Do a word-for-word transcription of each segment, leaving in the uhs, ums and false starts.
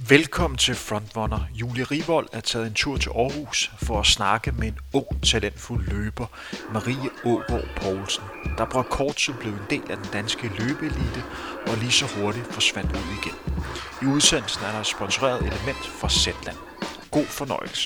Velkommen til Frontrunner. Julie Rivold er taget en tur til Aarhus for at snakke med en ung, talentfuld løber, Marie Aagaard Poulsen, der på rekordtid blev en del af den danske løbeelite og lige så hurtigt forsvandt ud igen. I udsendelsen er der et sponsoreret element fra Zetland. God fornøjelse.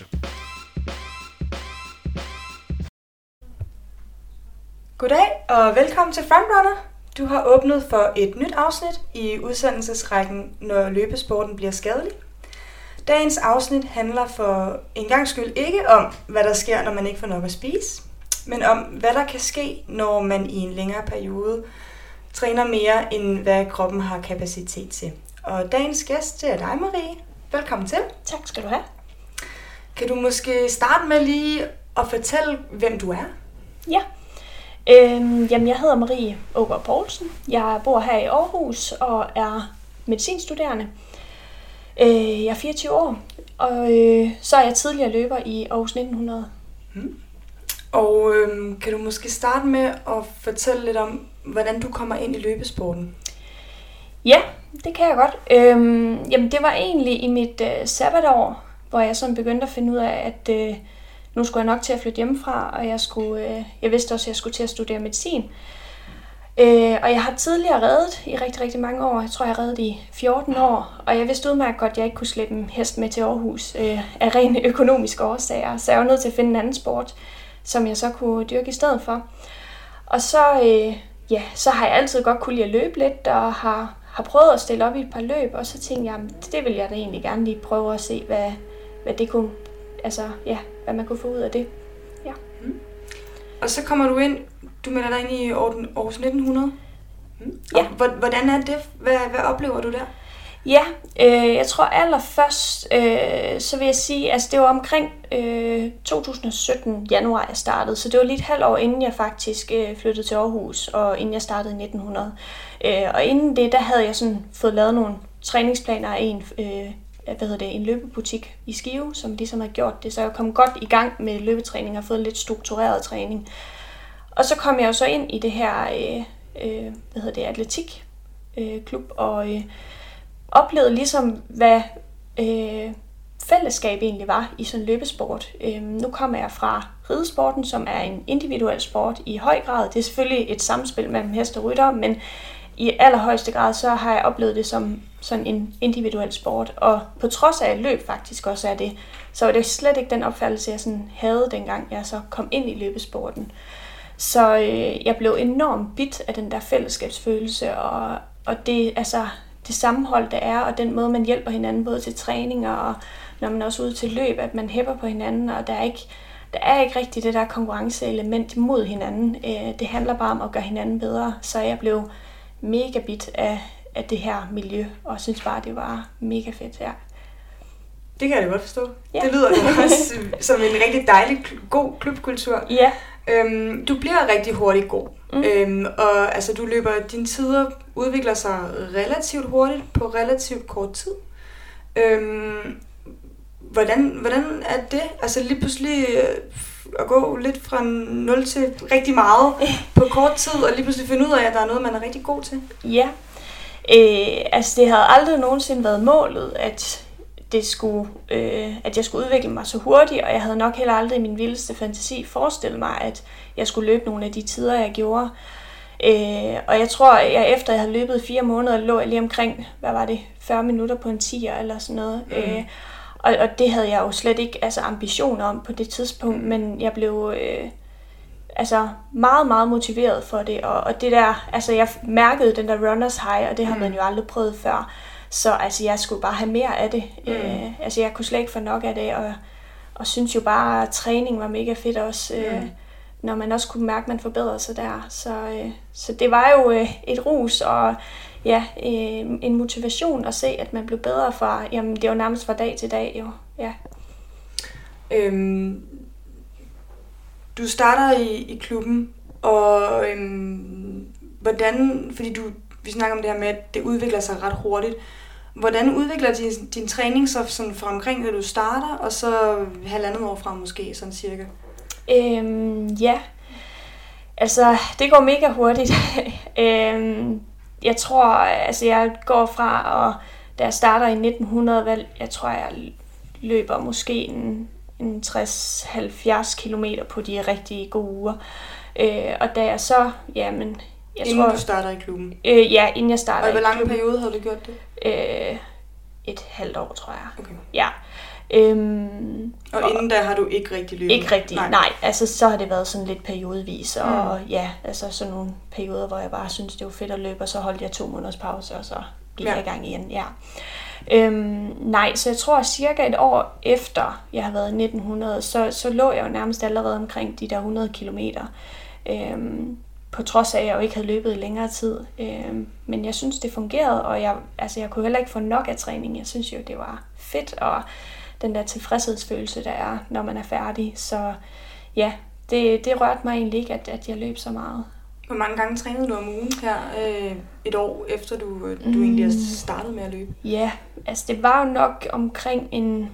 Goddag og velkommen til Frontrunner. Du har åbnet for et nyt afsnit i udsendelsesrækken, når løbesporten bliver skadelig. Dagens afsnit handler for en gangs skyld ikke om, hvad der sker, når man ikke får nok at spise, men om, hvad der kan ske, når man i en længere periode træner mere, end hvad kroppen har kapacitet til. Og dagens gæst, det er dig, Marie. Velkommen til. Tak skal du have. Kan du måske starte med lige at fortælle, hvem du er? Ja. Øhm, jamen, jeg hedder Marie Aagaard Poulsen. Jeg bor her i Aarhus og er medicinstuderende. Øh, jeg er fireogtyve år, og øh, så er jeg tidligere løber i Aarhus nitten hundrede. Hmm. Og øh, kan du måske starte med at fortælle lidt om, hvordan du kommer ind i løbesporten? Ja, det kan jeg godt. Øhm, jamen, det var egentlig i mit øh, sabbatår, hvor jeg sådan begyndte at finde ud af, at øh, nu skulle jeg nok til at flytte hjemmefra, og jeg, skulle, øh, jeg vidste også, at jeg skulle til at studere medicin. Øh, og jeg har tidligere reddet i rigtig, rigtig mange år. Jeg tror, jeg har reddet i fjorten år, og jeg vidste udmærket godt, at jeg ikke kunne slæbe en hest med til Aarhus øh, af rent økonomiske årsager. Så jeg var nødt til at finde en anden sport, som jeg så kunne dyrke i stedet for. Og så, øh, ja, så har jeg altid godt kunne lide at løbe lidt, og har, har prøvet at stille op i et par løb, og så tænkte jeg, det vil jeg da egentlig gerne lige prøve at se, hvad, hvad det kunne, altså, ja, hvad man kunne få ud af det. Ja. Mm. Og så kommer du ind, du melder dig ind i Aarhus nitten hundrede. Mm. Ja. Hvordan er det? Hvad, hvad oplever du der? Ja, øh, jeg tror allerførst, øh, så vil jeg sige, altså det var omkring øh, to tusind og sytten januar, jeg startede, så det var lige et halvt år, inden jeg faktisk øh, flyttede til Aarhus, og inden jeg startede i nitten hundrede. Øh, og inden det, der havde jeg sådan fået lavet nogle træningsplaner af en, øh, hvad hedder det, en løbebutik i Skive, som ligesom havde gjort det, så jeg kom godt i gang med løbetræning og fået lidt struktureret træning. Og så kom jeg jo så ind i det her, øh, øh, hvad hedder det, atletikklub, øh, og øh, oplevede ligesom, hvad øh, fællesskab egentlig var i sådan en løbesport. Øh, nu kommer jeg fra ridesporten, som er en individuel sport i høj grad. Det er selvfølgelig et samspil mellem hest og rytter, men i allerhøjeste grad, så har jeg oplevet det som sådan en individuel sport. Og på trods af, at løb faktisk også er det, så var det slet ikke den opfattelse, jeg sådan havde, dengang jeg så kom ind i løbesporten. Så øh, jeg blev enormt bit af den der fællesskabsfølelse, og, og det, altså, det sammenhold, der er, og den måde, man hjælper hinanden, både til træninger, og når man er også ude til løb, at man hæpper på hinanden, og der er ikke, der er ikke rigtig det der konkurrenceelement mod hinanden. Øh, det handler bare om at gøre hinanden bedre, så jeg blev mega bit af, af det her miljø, og synes bare, det var mega fedt, ja. Det kan jeg da godt forstå. Ja. Det lyder også som en rigtig dejlig, god klubkultur. Ja. Øhm, du bliver rigtig hurtigt god. Mm. Øhm, og altså, du løber, dine tider udvikler sig relativt hurtigt på relativt kort tid. Øhm, hvordan, hvordan er det? Altså lige pludselig at gå lidt fra nul til rigtig meget på kort tid, og lige pludselig finde ud af, at der er noget, man er rigtig god til? Ja. Øh, altså det havde aldrig nogensinde været målet, at det skulle, øh, at jeg skulle udvikle mig så hurtigt, og jeg havde nok heller aldrig i min vildeste fantasi forestillet mig, at jeg skulle løbe nogle af de tider, jeg gjorde. Øh, og jeg tror, at jeg, efter jeg havde løbet fire måneder, lå jeg lige omkring, hvad var det, fyrre minutter på en tier eller sådan noget. Mm. Øh, og, og det havde jeg jo slet ikke altså, ambitioner om på det tidspunkt, men jeg blev øh, altså, meget, meget motiveret for det. Og, og det der, altså jeg mærkede den der runners high, og det har mm. man jo aldrig prøvet før. Så altså, jeg skulle bare have mere af det. Mm. Øh, altså, jeg kunne slet ikke få nok af det, og, og synes jo bare, at træning var mega fedt også, øh, mm. når man også kunne mærke, at man forbedrede sig der. Så, øh, så det var jo øh, et rus, og ja, øh, en motivation at se, at man blev bedre fra, jamen det var nærmest fra dag til dag, jo. Ja. Øhm, du starter i, i klubben, og øhm, hvordan, fordi du, vi snakker om det her med, at det udvikler sig ret hurtigt. Hvordan udvikler din, din træning så sådan fra omkring, da du starter, og så halvandet år fra måske, sådan cirka? Øhm, ja, altså det går mega hurtigt. øhm, jeg tror, altså jeg går fra at da jeg starter i nitten hundrede, vel, jeg tror, jeg løber måske en, en tres til halvfjerds kilometer på de rigtige gode uger. Øh, og da jeg så, jamen... Jeg inden tror, du starter i klubben? Øh, ja, inden jeg starter i klubben. Og hvor lang klubben. periode havde du gjort det? Øh, et halvt år, tror jeg. Okay. Ja. Øhm, og, og inden da har du ikke rigtig løbet? Ikke rigtig, nej. nej. Altså, så har det været sådan lidt periodevis, og mm. ja, altså sådan nogle perioder, hvor jeg bare synes det var fedt at løbe, og så holdt jeg to måneders pause, og så gik ja. jeg i gang igen, ja. Øhm, nej, så jeg tror cirka et år efter jeg har været i nitten hundrede, så, så lå jeg jo nærmest allerede omkring de der hundrede kilometer. Øhm, på trods af, at jeg jo ikke havde løbet i længere tid. Øhm, men jeg synes, det fungerede, og jeg, altså, jeg kunne heller ikke få nok af træning. Jeg synes jo, det var fedt, og den der tilfredshedsfølelse, der er, når man er færdig. Så ja, det, det rørte mig egentlig ikke, at, at jeg løb så meget. Hvor mange gange trænede du om ugen her øh, et år efter, du, du mm. egentlig har startet med at løbe? Ja, altså det var jo nok omkring en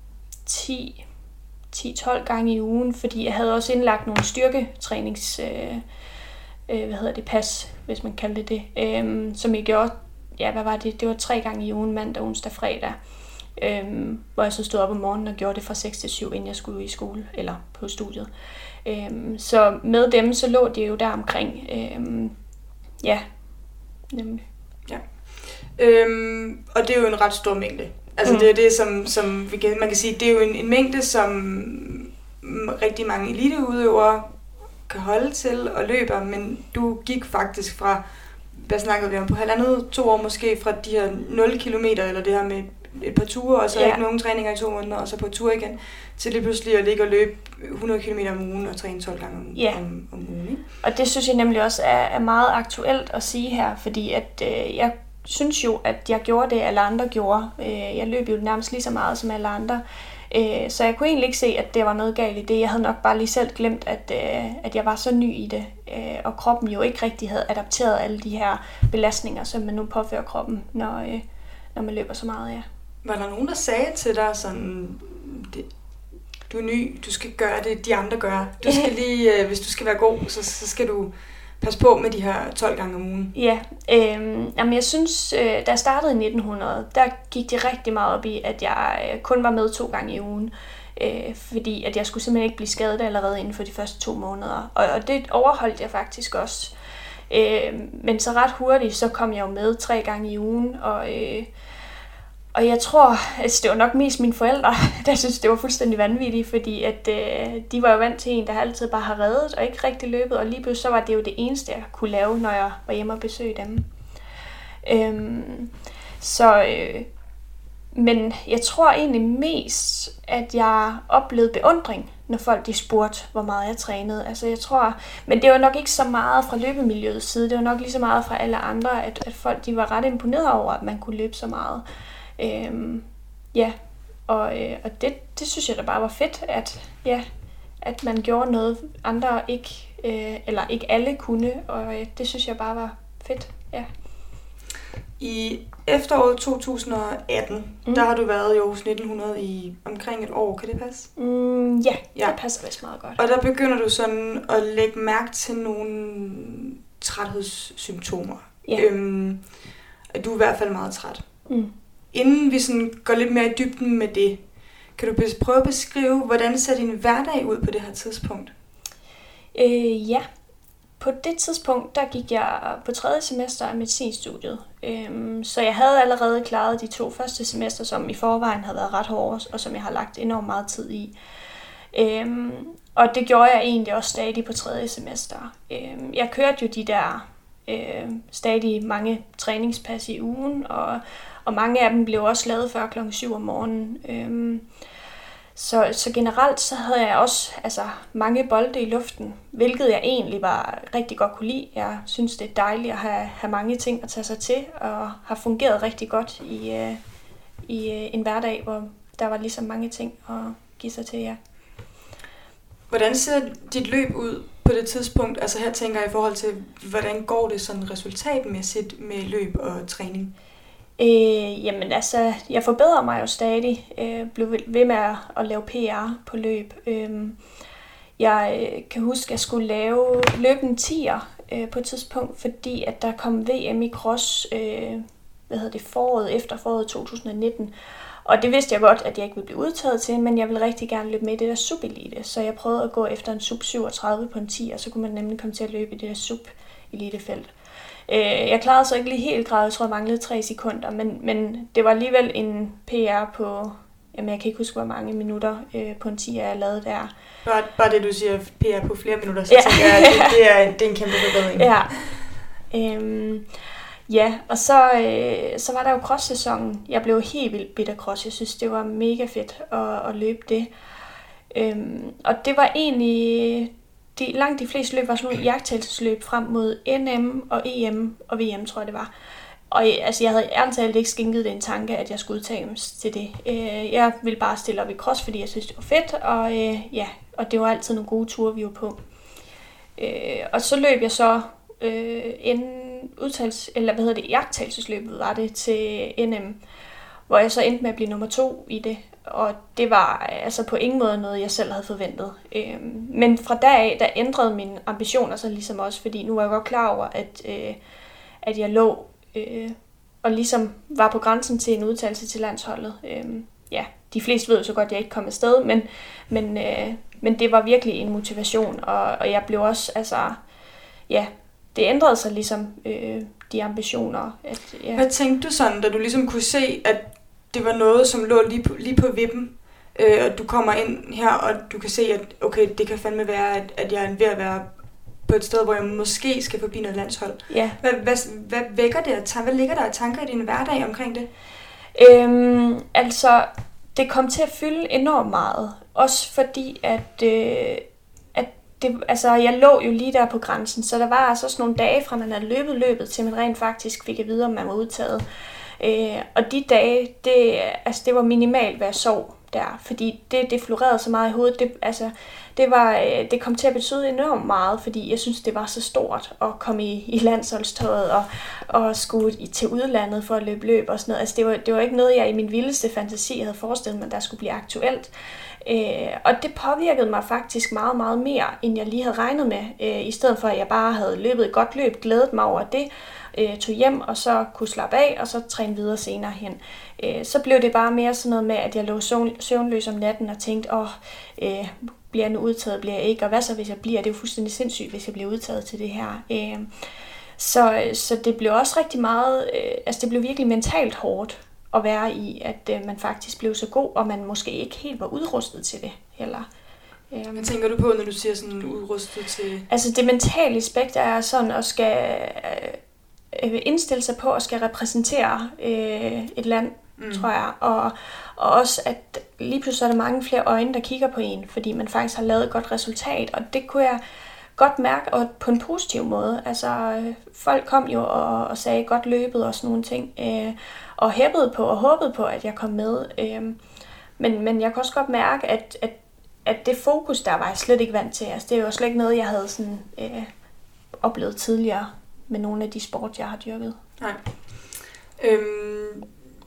ti til tolv gange i ugen, fordi jeg havde også indlagt nogle styrketrænings... Øh, øh, hvad hedder det, pas, hvis man kalder det det, øh, som jeg gjorde, ja, hvad var det? Det var tre gange i ugen, mandag, onsdag, fredag, øh, hvor jeg så stod op om morgenen og gjorde det fra seks til syv, inden jeg skulle i skole, eller på studiet. Øh, så med dem, så lå det jo der omkring, øh, ja, nemlig. Ja. Øhm, og det er jo en ret stor mængde. Altså mm. det er det, som, som vi kan, man kan sige, det er jo en, en mængde, som rigtig mange eliteudøvere kan holde til og løber, men du gik faktisk fra, hvad snakkede vi om, på halvandet, to år måske, fra de her nul kilometer, eller det her med et par ture, og så ja. ikke nogen træninger i to måneder, og så på tur igen, til lige pludselig at ligge og løbe hundrede kilometer om ugen og træne tolv gange om, ja. om, om ugen. Ikke? Og det synes jeg nemlig også er, er meget aktuelt at sige her, fordi at øh, jeg synes jo, at jeg gjorde det, alle andre gjorde. Øh, jeg løb jo nærmest lige så meget som alle andre. Øh, så jeg kunne egentlig ikke se, at det var noget galt i det. Jeg havde nok bare lige selv glemt, at, øh, at jeg var så ny i det, øh, og kroppen jo ikke rigtig havde adapteret alle de her belastninger, som man nu påfører kroppen, når, øh, når man løber så meget, ja. Var der nogen, der sagde til dig sådan, det, du er ny, du skal gøre det, de andre gør. Du skal lige, øh, hvis du skal være god, så, så skal du passe på med de her tolv gange om ugen. Ja, øh, jamen jeg synes, øh, da jeg startede i nitten hundrede, der gik det rigtig meget op i, at jeg øh, kun var med to gange i ugen. Øh, fordi at jeg skulle simpelthen ikke blive skadet allerede inden for de første to måneder. Og, og det overholdt jeg faktisk også. Øh, men så ret hurtigt, så kom jeg jo med tre gange i ugen, og... Øh, Og jeg tror, altså det var nok mest mine forældre, der synes det var fuldstændig vanvittigt, fordi at øh, de var jo vant til en, der altid bare har reddet og ikke rigtig løbet, og lige pludselig så var det jo det eneste, jeg kunne lave, når jeg var hjemme og besøge dem. Øhm, så, øh, men jeg tror egentlig mest, at jeg oplevede beundring, når folk de spurgte, hvor meget jeg trænede. Altså jeg tror, men det var nok ikke så meget fra løbemiljøets side, det var nok lige så meget fra alle andre, at, at folk de var ret imponeret over, at man kunne løbe så meget. Øhm, ja, og, øh, og det, det synes jeg da bare var fedt, at, ja, at man gjorde noget, andre ikke, øh, eller ikke alle kunne, og øh, det synes jeg bare var fedt, ja. I efteråret to tusind og atten, mm. der har du været i Aarhus nitten hundrede i omkring et år, kan det passe? Mm, ja, ja, det passer vist meget godt. Og der begynder du sådan at lægge mærke til nogle træthedssymptomer. Ja. Øhm, du er i hvert fald meget træt. Mm. Inden vi sådan går lidt mere i dybden med det, kan du prøve at beskrive, hvordan ser din hverdag ud på det her tidspunkt? Øh, ja, på det tidspunkt, der gik jeg på tredje semester af medicinstudiet. Øhm, så jeg havde allerede klaret de to første semester, som i forvejen havde været ret hårde, og som jeg har lagt enormt meget tid i. Øhm, og det gjorde jeg egentlig også stadig på tredje semester. Øhm, jeg kørte jo de der øh, stadig mange træningspas i ugen, og Og mange af dem blev også lavet før klokken syv om morgenen. Øhm, så, så generelt så havde jeg også altså, mange bolde i luften, hvilket jeg egentlig var rigtig godt kunne lide. Jeg synes, det er dejligt at have, have mange ting at tage sig til, og har fungeret rigtig godt i, øh, i øh, en hverdag, hvor der var ligesom mange ting at give sig til, ja. Hvordan ser dit løb ud på det tidspunkt? Altså her tænker jeg i forhold til, hvordan går det sådan resultatmæssigt med løb og træning? Øh, jamen altså, jeg forbedrer mig jo stadig. Øh, blev ved med at, at lave P R på løb. Øh, jeg øh, kan huske, at jeg skulle lave løbe en tier øh, på et tidspunkt, fordi at der kom V M i cross øh, hvad hedder det, foråret efter foråret to tusind nitten. Og det vidste jeg godt, at jeg ikke ville blive udtaget til, men jeg ville rigtig gerne løbe med i det der sub-elite. Så jeg prøvede at gå efter en sub syvogtredive på en ti, og så kunne man nemlig komme til at løbe i det der sub-elitefelt. Jeg klarede så ikke lige helt grad, jeg tror jeg manglede tre sekunder, men, men det var alligevel en P R på, jamen jeg kan ikke huske hvor mange minutter øh, på en ti, jeg lavede der. Bare, bare det du siger, P R på flere minutter, så ja. tænker jeg, at det, det, er, det er en kæmpe forbedring. Ja, øhm, ja og så, øh, så var der jo cross-sæsonen. Jeg blev helt vildt bidt af cross, jeg synes det var mega fedt at, at løbe det. Øhm, og det var egentlig... De, langt de fleste løb var sådan nogle iagttagelsesløb frem mod N M og E M og V M, tror jeg det var. Og altså, jeg havde ærligt talt ikke skænket det en tanke, at jeg skulle udtages til det. Øh, jeg ville bare stille op i cross, fordi jeg synes, det var fedt, og øh, ja, og det var altid nogle gode ture, vi var på. Øh, og så løb jeg så øh, en udtagelse, eller hvad hedder det, iagttagelsesløbet var det til N M, hvor jeg så endte med at blive nummer to i det. Og det var altså på ingen måde noget, jeg selv havde forventet. Øhm, men fra deraf, der ændrede mine ambitioner så ligesom også, fordi nu var jeg godt klar over, at, øh, at jeg lå øh, og ligesom var på grænsen til en udtalelse til landsholdet. Øhm, ja, de fleste ved jo så godt, at jeg ikke kom afsted, men, men, øh, men det var virkelig en motivation, og, og jeg blev også, altså, ja, det ændrede sig ligesom øh, de ambitioner. At, ja. Hvad tænkte du sådan, da du ligesom kunne se, at det var noget, som lå lige på, lige på vippen, øh, og du kommer ind her, og du kan se, at okay, det kan fandme være, at, at jeg er ved at være på et sted, hvor jeg måske skal forbi noget landshold. Ja. Hvad, hvad, hvad, vækker det, hvad ligger der af tanker i din hverdag omkring det? Øhm, altså, det kom til at fylde enormt meget. Også fordi, at, øh, at det, altså, jeg lå jo lige der på grænsen, så der var altså også nogle dage fra, man havde løbet løbet, til man rent faktisk fik at vide, om man var udtaget. Øh, og de dage, det, altså, det var minimalt, hvad jeg sov der, fordi det, det florerede så meget i hovedet. Det, altså, det, var, det kom til at betyde enormt meget, fordi jeg synes, det var så stort at komme i, i landsholdstøjet og, og skulle i, til udlandet for at løbe løb og sådan noget. Altså, det, var, det var ikke noget, jeg i min vildeste fantasi havde forestillet mig, der skulle blive aktuelt. Øh, og det påvirkede mig faktisk meget, meget mere, end jeg lige havde regnet med. Øh, I stedet for, at jeg bare havde løbet et godt løb, glædet mig over det, øh, tog hjem og så kunne slappe af, og så træne videre senere hen. Øh, så blev det bare mere sådan noget med, at jeg lå søvnløs om natten og tænkte, åh, øh, bliver jeg nu udtaget, bliver jeg ikke, og hvad så hvis jeg bliver? Det er jo fuldstændig sindssygt, hvis jeg bliver udtaget til det her. Øh, så, så det blev også rigtig meget, øh, altså det blev virkelig mentalt hårdt at være i, at øh, man faktisk blev så god, og man måske ikke helt var udrustet til det heller. Um, Hvad tænker du på, når du siger sådan udrustet til? Altså det mentale aspekt er sådan at skal øh, indstille sig på at skal repræsentere øh, et land, mm. tror jeg. Og, og også at lige pludselig er der mange flere øjne, der kigger på en, fordi man faktisk har lavet et godt resultat. Og det kunne jeg godt mærke, og på en positiv måde. Altså folk kom jo og, og sagde godt løbet og sådan nogle ting. Øh, og hæppede på og håbede på, at jeg kom med. Øh, men, men jeg kunne også godt mærke, at, at at det fokus, der var jeg slet ikke vant til. Altså, det er jo slet ikke noget, jeg havde sådan, øh, oplevet tidligere med nogle af de sport, jeg har dyrket. Nej. Øhm,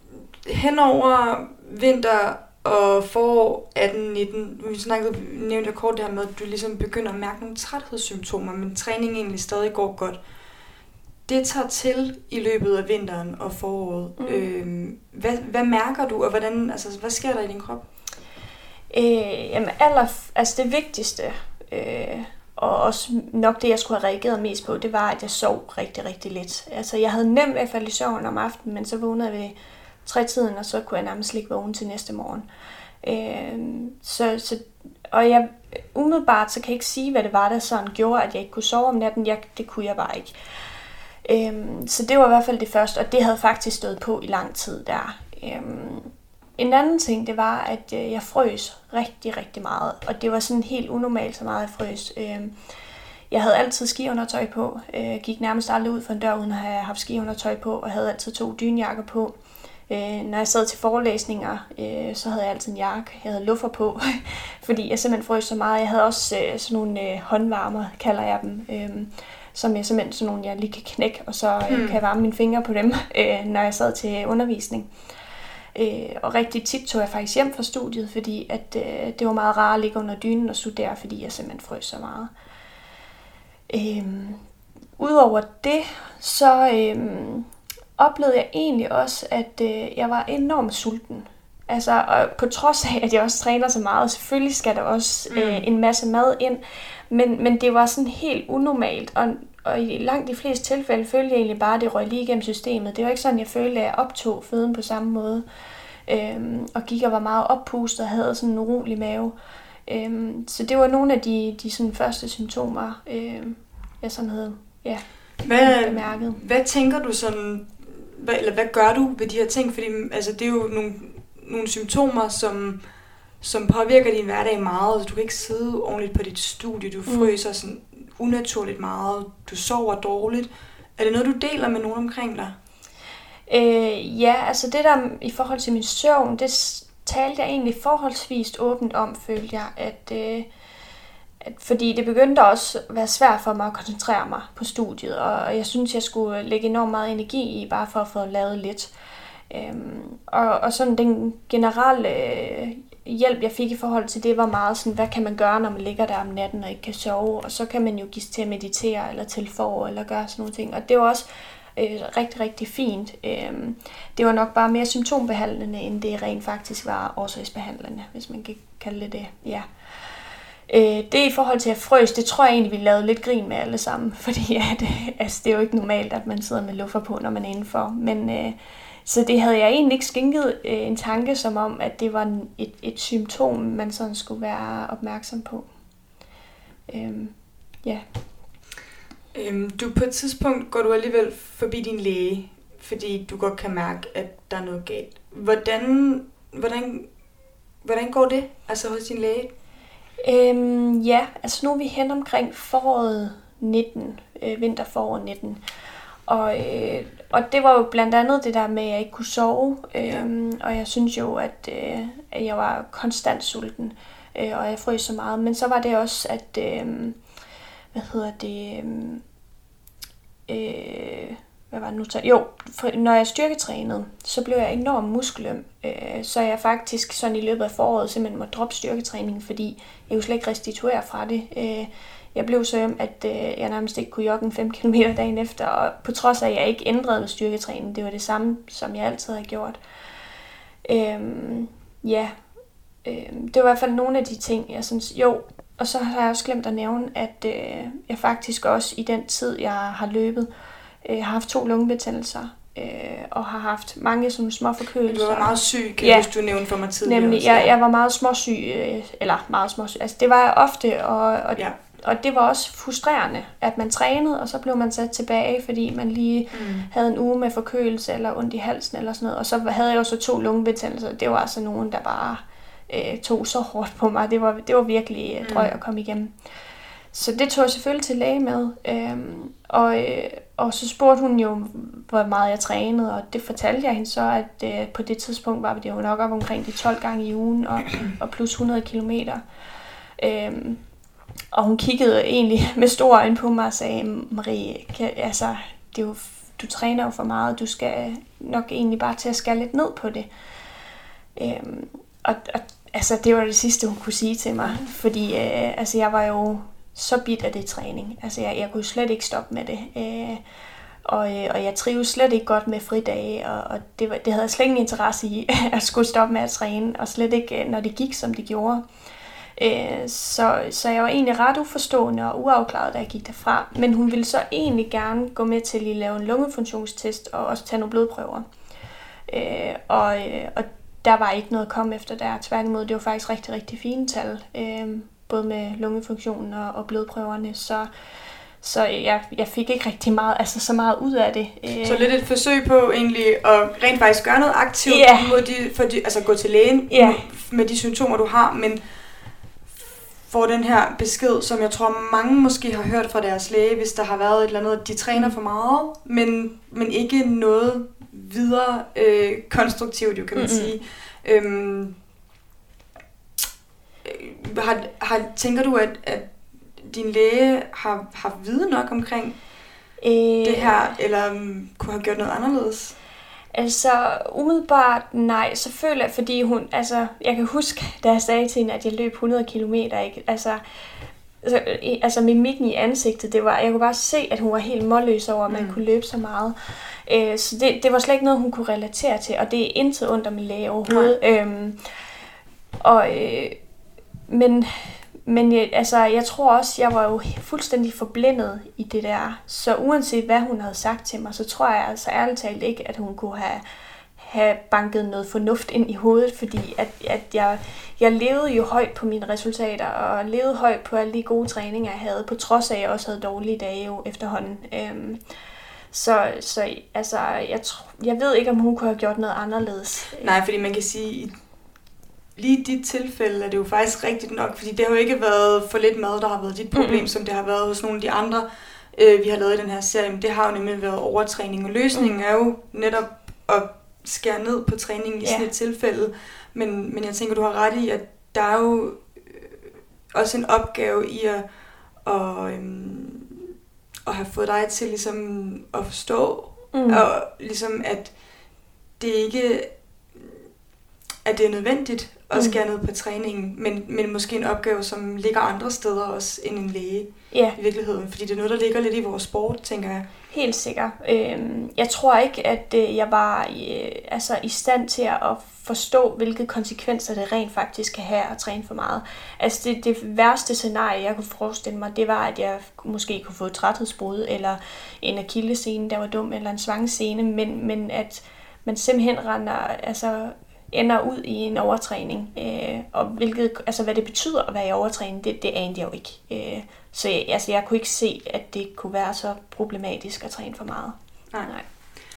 henover vinter og forår atten nitten, vi snakkede, nævnte jeg kort det her med, at du ligesom begynder at mærke nogle træthedssymptomer, men træningen egentlig stadig går godt. Det tager til i løbet af vinteren og foråret. Mm. Øhm, hvad, hvad mærker du, og hvordan, altså, hvad sker der i din krop? Øh, jamen aller, altså det vigtigste, øh, og også nok det, jeg skulle have reageret mest på, det var, at jeg sov rigtig, rigtig lidt. Altså jeg havde nemt ved at falde i søvn om aftenen, men så vågnede jeg ved tre-tiden, og så kunne jeg nærmest ikke vågne til næste morgen. Øh, så, så, og jeg umiddelbart, så kan jeg ikke sige, hvad det var, der sådan gjorde, at jeg ikke kunne sove om natten. Jeg, det kunne jeg bare ikke. Øh, så det var i hvert fald det første, og det havde faktisk stået på i lang tid der. Øh, En anden ting, det var, at jeg frøs rigtig, rigtig meget. Og det var sådan helt unormalt, så meget jeg frøs. Jeg havde altid skiundertøj på. Jeg gik nærmest aldrig ud for en dør, uden at have haft skiundertøj på. Og havde altid to dynjakker på. Når jeg sad til forelæsninger, så havde jeg altid en jakke. Jeg havde luffer på, fordi jeg simpelthen frøs så meget. Jeg havde også sådan nogle håndvarmer, kalder jeg dem. Som jeg simpelthen sådan nogle, jeg lige kan knække, og så hmm. kan jeg varme mine fingre på dem, når jeg sad til undervisning. Øh, og rigtig tit tog jeg faktisk hjem fra studiet, fordi at, øh, det var meget rart at ligge under dynen og studere, fordi jeg simpelthen frøs så meget. Øh, Udover det, så, øh, oplevede jeg egentlig også, at øh, jeg var enormt sulten. Altså, og på trods af, at jeg også træner så meget, selvfølgelig skal der også mm. øh, en masse mad ind, men, men det var sådan helt unormalt, og, og i langt de fleste tilfælde følte jeg egentlig bare, at det røg lige igennem systemet. Det var ikke sådan, jeg følte, at jeg optog føden på samme måde, øhm, og gik og var meget oppustet og havde sådan en urolig mave. Øhm, så det var nogle af de, de sådan første symptomer, øhm, jeg sådan havde ja, hvad, bemærket. Hvad tænker du sådan, hvad, eller hvad gør du ved de her ting? Fordi altså, det er jo nogle, nogle symptomer, som, som påvirker din hverdag meget. Du kan ikke sidde ordentligt på dit studie, du fryser mm. sådan unaturligt meget, du sover dårligt. Er det noget, du deler med nogen omkring dig? Øh, ja, altså det der i forhold til min søvn, det talte jeg egentlig forholdsvis åbent om, følte jeg, at, øh, at fordi det begyndte også at være svært for mig at koncentrere mig på studiet, og jeg synes, jeg skulle lægge enormt meget energi i, bare for at få lavet lidt. Øhm, og, og sådan den generelle øh, hjælp, jeg fik i forhold til det, var meget sådan, hvad kan man gøre, når man ligger der om natten og ikke kan sove, og så kan man jo give til at meditere, eller til for, eller gøre sådan nogle ting, og det var også Øh, rigtig, rigtig fint. Øh, det var nok bare mere symptombehandlende, end det rent faktisk var årsagsbehandlende, hvis man kan kalde det det. Ja. Øh, det i forhold til at frøs, det tror jeg egentlig, vi lavede lidt grin med alle sammen, fordi at, altså, det er jo ikke normalt, at man sidder med luffer på, når man er indenfor. Men, øh, så det havde jeg egentlig ikke skænket øh, en tanke som om, at det var et, et symptom, man sådan skulle være opmærksom på. Øh, ja. Øhm, du på et tidspunkt går du alligevel forbi din læge, fordi du godt kan mærke, at der er noget galt. Hvordan, hvordan, hvordan går det altså hos din læge? Øhm, ja, altså nu er vi hen omkring foråret nitten, øh, vinterforåret nitten. Og, øh, og det var jo blandt andet det der med, at jeg ikke kunne sove. Øh, ja. Og jeg synes jo, at, øh, at jeg var konstant sulten, øh, og jeg frøs så meget. Men så var det også, at... Øh, hvad hedder det, øh, hvad var det nu? Jo, når jeg styrketrænede, så blev jeg enormt muskeløm, øh, så jeg faktisk sådan i løbet af foråret simpelthen måtte droppe styrketræningen, fordi jeg jo slet ikke restituere fra det. Øh, jeg blev så øm, at øh, jeg nærmest ikke kunne jogge fem kilometer dagen efter, og på trods af, at jeg ikke ændrede med styrketræningen, det var det samme, som jeg altid havde gjort. Øh, ja, øh, det var i hvert fald nogle af de ting, jeg synes, jo. Og så har jeg også glemt at nævne, at øh, jeg faktisk også i den tid, jeg har løbet, øh, har haft to lungebetændelser, øh, og har haft mange sådan små forkølelser. Du var meget syg, kan ja, hvis du nævnte for mig tidligere. Nemlig, jeg, jeg var meget småsyg, øh, eller meget småsyg, altså det var jeg ofte, og, og, ja. og det var også frustrerende, at man trænede, og så blev man sat tilbage, fordi man lige mm. havde en uge med forkølelse, eller ondt i halsen, eller sådan noget, og så havde jeg jo så to lungebetændelser, det var altså nogen, der bare... Øh, tog så hårdt på mig. Det var, det var virkelig øh, drøg at komme igennem. Så det tog jeg selvfølgelig til læge med. Øhm, og, øh, og så spurgte hun jo, hvor meget jeg trænede, og det fortalte jeg hende så, at øh, på det tidspunkt var det jo nok op omkring de tolv gange i ugen, og, og plus hundrede kilometer. Øhm, og hun kiggede egentlig med store øjne på mig og sagde, Marie, kan, altså, det er jo, du træner jo for meget, du skal nok egentlig bare til at skære lidt ned på det. Øhm, Og, og altså, det var det sidste, hun kunne sige til mig, fordi øh, altså, jeg var jo så bidt af det træning. Altså, jeg, jeg kunne slet ikke stoppe med det. Øh, og, øh, og jeg trives slet ikke godt med fridage, og, og det, var, det havde jeg slet ingen interesse i, at skulle stoppe med at træne, og slet ikke, når det gik, som det gjorde. Øh, så, så jeg var egentlig ret uforstående og uafklaret, da jeg gik derfra. Men hun ville så egentlig gerne gå med til at lave en lungefunktionstest, og også tage nogle blodprøver. Øh, og, øh, og der var ikke noget at komme efter der. Tværtimod, det var faktisk rigtig, rigtig fine tal. Øh, både med lungefunktionen og, og blodprøverne. Så, så jeg, jeg fik ikke rigtig meget, altså så meget ud af det. Øh. Så lidt et forsøg på egentlig at rent faktisk gøre noget aktivt, yeah. mod de, for de, altså gå til lægen yeah. med de symptomer, du har, men får den her besked, som jeg tror mange måske har hørt fra deres læge, hvis der har været et eller andet, at de træner for meget, men, men ikke noget videre øh, konstruktivt, jo kan man mm-hmm. sige. Øhm, har, har, tænker du, at, at din læge har, har viden nok omkring øh, det her, eller um, kunne have gjort noget anderledes? Altså, umiddelbart nej, så føler jeg, fordi hun, altså, jeg kan huske, da jeg sagde til hende, at jeg løb hundrede kilometer, ikke? Altså, altså, altså mimikken i ansigtet, det var, jeg kunne bare se, at hun var helt målløs over, at man mm. kunne løbe så meget. Øh, så det, det var slet ikke noget, hun kunne relatere til, og det er intet ondt om min læge overhovedet. Øhm, og, øh, men men jeg, altså, jeg tror også, jeg var jo fuldstændig forblændet i det der. Så uanset hvad hun havde sagt til mig, så tror jeg altså ærligt talt ikke, at hun kunne have, have banket noget fornuft ind i hovedet, fordi at, at jeg, jeg levede jo højt på mine resultater, og levede højt på alle de gode træninger, jeg havde, på trods af, at jeg også havde dårlige dage jo efterhånden. Øhm, Så, så altså, jeg, tr- jeg ved ikke, om hun kunne have gjort noget anderledes. Nej, fordi man kan sige, lige i dit tilfælde er det jo faktisk rigtigt nok, fordi det har jo ikke været for lidt mad, der har været dit problem, mm. som det har været hos nogle af de andre, øh, vi har lavet i den her serie. Men det har jo nemlig været overtræning, og løsningen mm. er jo netop at skære ned på træningen i yeah. sådan et tilfælde. Men, men jeg tænker, du har ret i, at der er jo også en opgave i at... Og, øhm, og have fået dig til ligesom at forstå, mm. og ligesom at det ikke at det er nødvendigt at skære ned på træningen, men, men måske en opgave, som ligger andre steder også end en læge yeah. i virkeligheden, fordi det er noget, der ligger lidt i vores sport, tænker jeg. Helt sikkert. Jeg tror ikke, at jeg var altså, i stand til at forstå, hvilke konsekvenser det rent faktisk kan have at træne for meget. Altså det, det værste scenarie, jeg kunne forestille mig, det var, at jeg måske kunne få et træthedsbrud, eller en akillessene, der var dum, eller en svangscene, men, men at man simpelthen render, altså, ender ud i en overtræning. Øh, og hvilket, altså, hvad det betyder at være i overtræning, det, det anede jeg jo ikke. Øh, så jeg, altså, jeg kunne ikke se, at det kunne være så problematisk at træne for meget. Nej. Nej.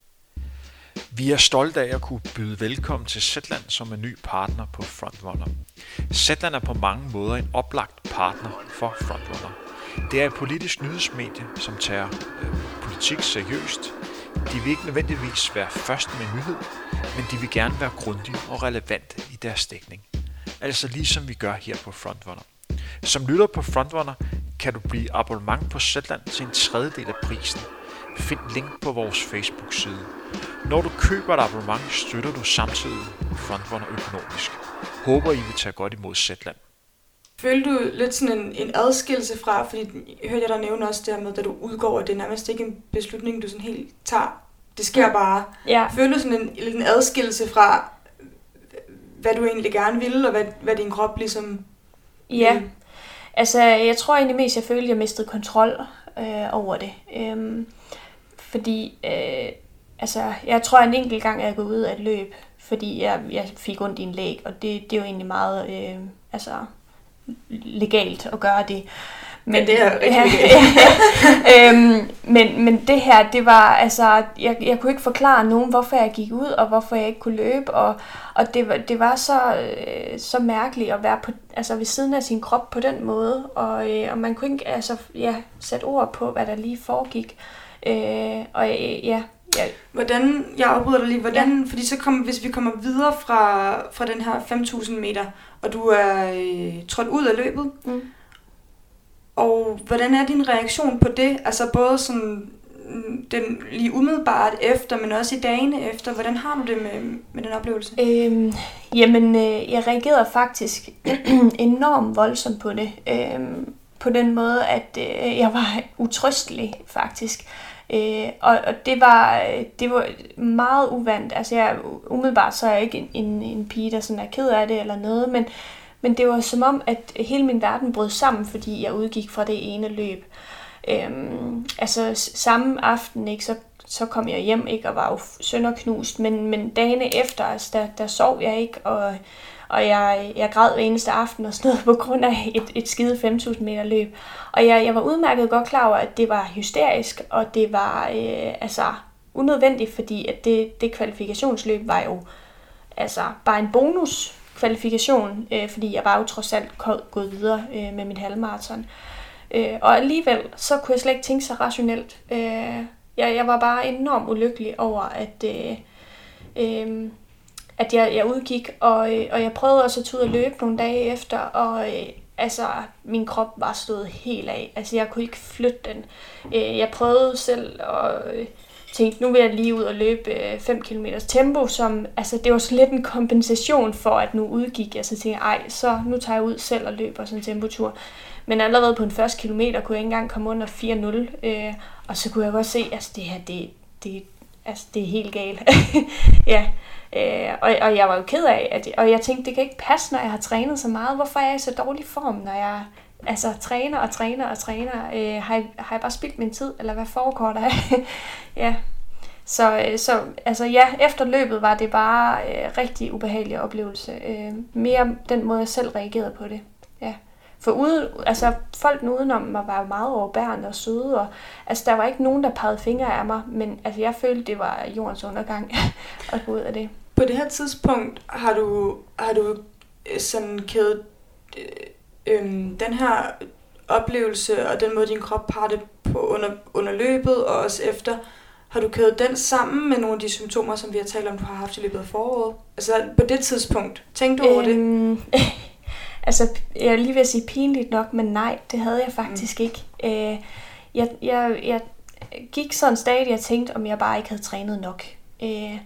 Vi er stolte af at kunne byde velkommen til Zetland som en ny partner på Frontrunner. Zetland er på mange måder en oplagt partner for Frontrunner. Det er et politisk nyhedsmedie, som tager øh, politik seriøst. De vil ikke nødvendigvis være først med nyhed, men de vil gerne være grundige og relevante i deres dækning. Altså ligesom vi gør her på Frontrunner. Som lytter på Frontrunner kan du blive abonnement på Zetland til en tredjedel af prisen. Find link på vores Facebook-side. Når du køber et abonnement, støtter du samtidig Frontrunner økonomisk. Håber I vil tage godt imod Zetland. Følte du lidt sådan en, en adskillelse fra, fordi jeg hørte jeg dig nævne også det her med, da du udgår, at det er nærmest ikke en beslutning, du sådan helt tager. Det sker bare. Ja. Følte du sådan en, en adskillelse fra, hvad du egentlig gerne ville, og hvad, hvad din krop ligesom... Ja, ville? Altså jeg tror egentlig mest, jeg følte, at jeg mistede kontrol øh, over det. Øhm, fordi, øh, altså jeg tror en enkelt gang, jeg er gået ud af et løb, fordi jeg, jeg fik ondt i en læg, og det, det er jo egentlig meget... Øh, altså legalt at gøre det. Men ja, det er rigtig legalt. øhm, men, men det her, det var, altså, jeg, jeg kunne ikke forklare nogen, hvorfor jeg gik ud, og hvorfor jeg ikke kunne løbe, og, og det, var, det var så, øh, så mærkeligt at være på, altså, ved siden af sin krop på den måde, og, øh, og man kunne ikke altså, ja, sætte ord på, hvad der lige foregik. Øh, og øh, ja, ja. Hvordan, jeg afbryder dig lige, hvordan, ja. Fordi så kommer, hvis vi kommer videre fra, fra den her fem tusind meter, og du er øh, trådt ud af løbet, mm. og hvordan er din reaktion på det? Altså både sådan den lige umiddelbart efter, men også i dagene efter. Hvordan har du det med, med den oplevelse? Øhm, jamen, øh, jeg reagerede faktisk enormt voldsomt på det. Øhm, på den måde, at øh, jeg var utrøstelig faktisk. Øh, og, og det var det var meget uvandt. Altså jeg umiddelbart så er jeg ikke en, en, en pige, der sådan er ked af det eller noget, men men det var som om at hele min verden brød sammen, fordi jeg udgik fra det ene løb. Øhm, altså samme aften, ikke, så så kom jeg hjem, ikke, og var jo sønderknust, men men dagene efter, altså, der der sov jeg ikke, og og jeg jeg græd hver eneste aften og sådan noget på grund af et et skide fem tusind meter løb. Og jeg jeg var udmærket godt klar over, at det var hysterisk, og det var øh, altså unødvendigt, fordi at det det kvalifikationsløb var jo altså bare en bonus kvalifikation, øh, fordi jeg var jo trods alt gået videre øh, med min halvmarathon. Øh, og alligevel så kunne jeg slet ikke tænke så rationelt. Øh, jeg jeg var bare enormt ulykkelig over at øh, øh, at jeg, jeg udgik, og, øh, og jeg prøvede også at tage ud og løbe nogle dage efter, og øh, altså, min krop var stået helt af. Altså, jeg kunne ikke flytte den. Øh, jeg prøvede selv at, øh, tænkte, nu vil jeg lige ud og løbe fem kilometer tempo, som, altså det var så lidt en kompensation for, at nu udgik jeg, så tænkte jeg, ej, så nu tager jeg ud selv og løber sådan en tempotur. Men allerede på den første kilometer kunne jeg ikke engang komme under fire nul, øh, og så kunne jeg godt se, at altså, det her, det, det, altså, det er helt galt. Ja, øh, og, og jeg var jo ked af, at, og jeg tænkte, det kan ikke passe, når jeg har trænet så meget. Hvorfor er jeg i så dårlig form, når jeg altså, træner og træner og træner? Øh, har, jeg, har jeg bare spildt min tid, eller hvad foregår der? Ja. Så, så altså ja, efter løbet var det bare øh, rigtig ubehagelig oplevelse. Øh, mere den måde, jeg selv reagerede på det. Ja. For ude, altså, folk udenom mig var meget overbærende og søde, og altså, der var ikke nogen, der pegede fingre af mig, men altså, jeg følte, det var jordens undergang at gå ud af det. På det her tidspunkt har du, har du sådan kædet øh, øh, den her oplevelse og den måde, din krop har det på under, under løbet og også efter. Har du kædet den sammen med nogle af de symptomer, som vi har talt om, du har haft i løbet af foråret? Altså på det tidspunkt, tænkte du over øhm, det? Altså, jeg er lige ved at sige pinligt nok, men nej, det havde jeg faktisk mm. ikke. Øh, jeg, jeg, jeg gik sådan en stadie, jeg tænkte, om jeg bare ikke havde trænet nok. Øh,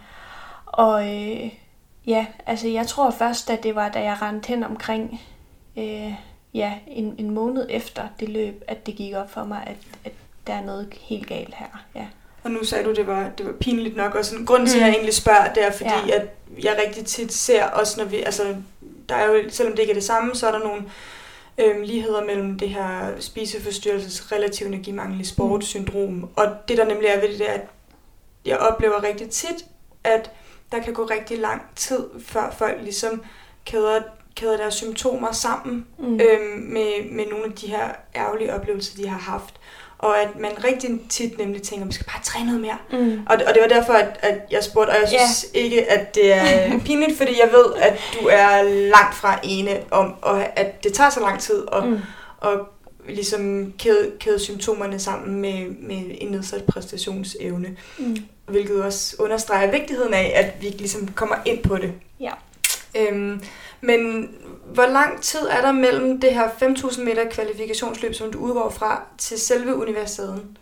og øh, ja, altså jeg tror først, at det var, da jeg rendte hen omkring øh, ja, en, en måned efter det løb, at det gik op for mig, at, at der er noget helt galt her, ja. Og nu sagde du, det var det var pinligt nok, og sådan grunden til, at jeg egentlig spørger, det er fordi, ja. at jeg rigtig tit ser også, når vi, altså, der er jo, selvom det ikke er det samme, så er der nogle øhm, ligheder mellem det her spiseforstyrrelses relativ energimangel i sportsyndrom, og det der nemlig er ved det, det er, at jeg oplever rigtig tit, at der kan gå rigtig lang tid, før folk ligesom kæder, kæder deres symptomer sammen mm. øhm, med, med nogle af de her ærgerlige oplevelser, de har haft. Og at man rigtig tit nemlig tænker, at man skal bare træne noget mere. Mm. Og, og det var derfor, at, at jeg spurgte, og jeg synes yeah. ikke, at det er pinligt, fordi jeg ved, at du er langt fra ene om, og at det tager så lang tid at mm. og ligesom kæde, kæde symptomerne sammen med, med en nedsat præstationsevne. Mm. Hvilket også understreger vigtigheden af, at vi ligesom kommer ind på det. Ja. Øhm, men hvor lang tid er der mellem det her fem tusind meter kvalifikationsløb, som du udgår fra, til selve universiaden?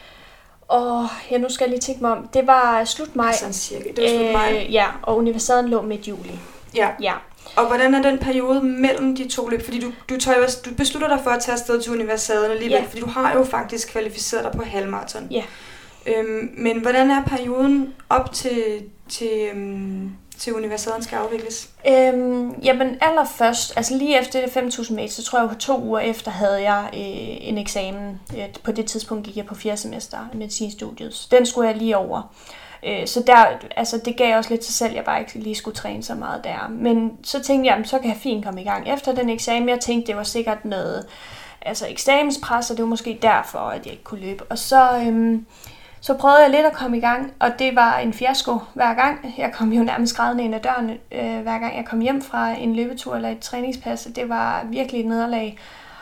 Åh, ja, nu skal jeg lige tænke mig om. Det var slut maj. Sådan cirka. Det var slut maj. Øh, ja, og universiaden lå midt juli. Ja. Ja. Og hvordan er den periode mellem de to løb? Fordi du, du, tager, du beslutter dig for at tage afsted til universiaden alligevel, ja. Fordi du har jo faktisk kvalificeret dig på halvmarathon. Ja. Øhm, men hvordan er perioden op til, til, øhm, til universiaden skal afvikles? Øhm, jamen allerførst, altså lige efter det fem tusind meter, så tror jeg, at to uger efter havde jeg øh, en eksamen. På det tidspunkt gik jeg på fjerde semester i medicinstudiet. Den skulle jeg lige over. Øh, så der, altså det gav også lidt sig selv, at jeg bare ikke lige skulle træne så meget der. Men så tænkte jeg, så kan jeg fint komme i gang efter den eksamen. Jeg tænkte, det var sikkert noget altså eksamenspres, og det var måske derfor, at jeg ikke kunne løbe. Og så... Øhm, Så prøvede jeg lidt at komme i gang, og det var en fiasko hver gang. Jeg kom jo nærmest grædende ind ad døren, øh, hver gang jeg kom hjem fra en løbetur eller et træningspas. Det var virkelig et nederlag.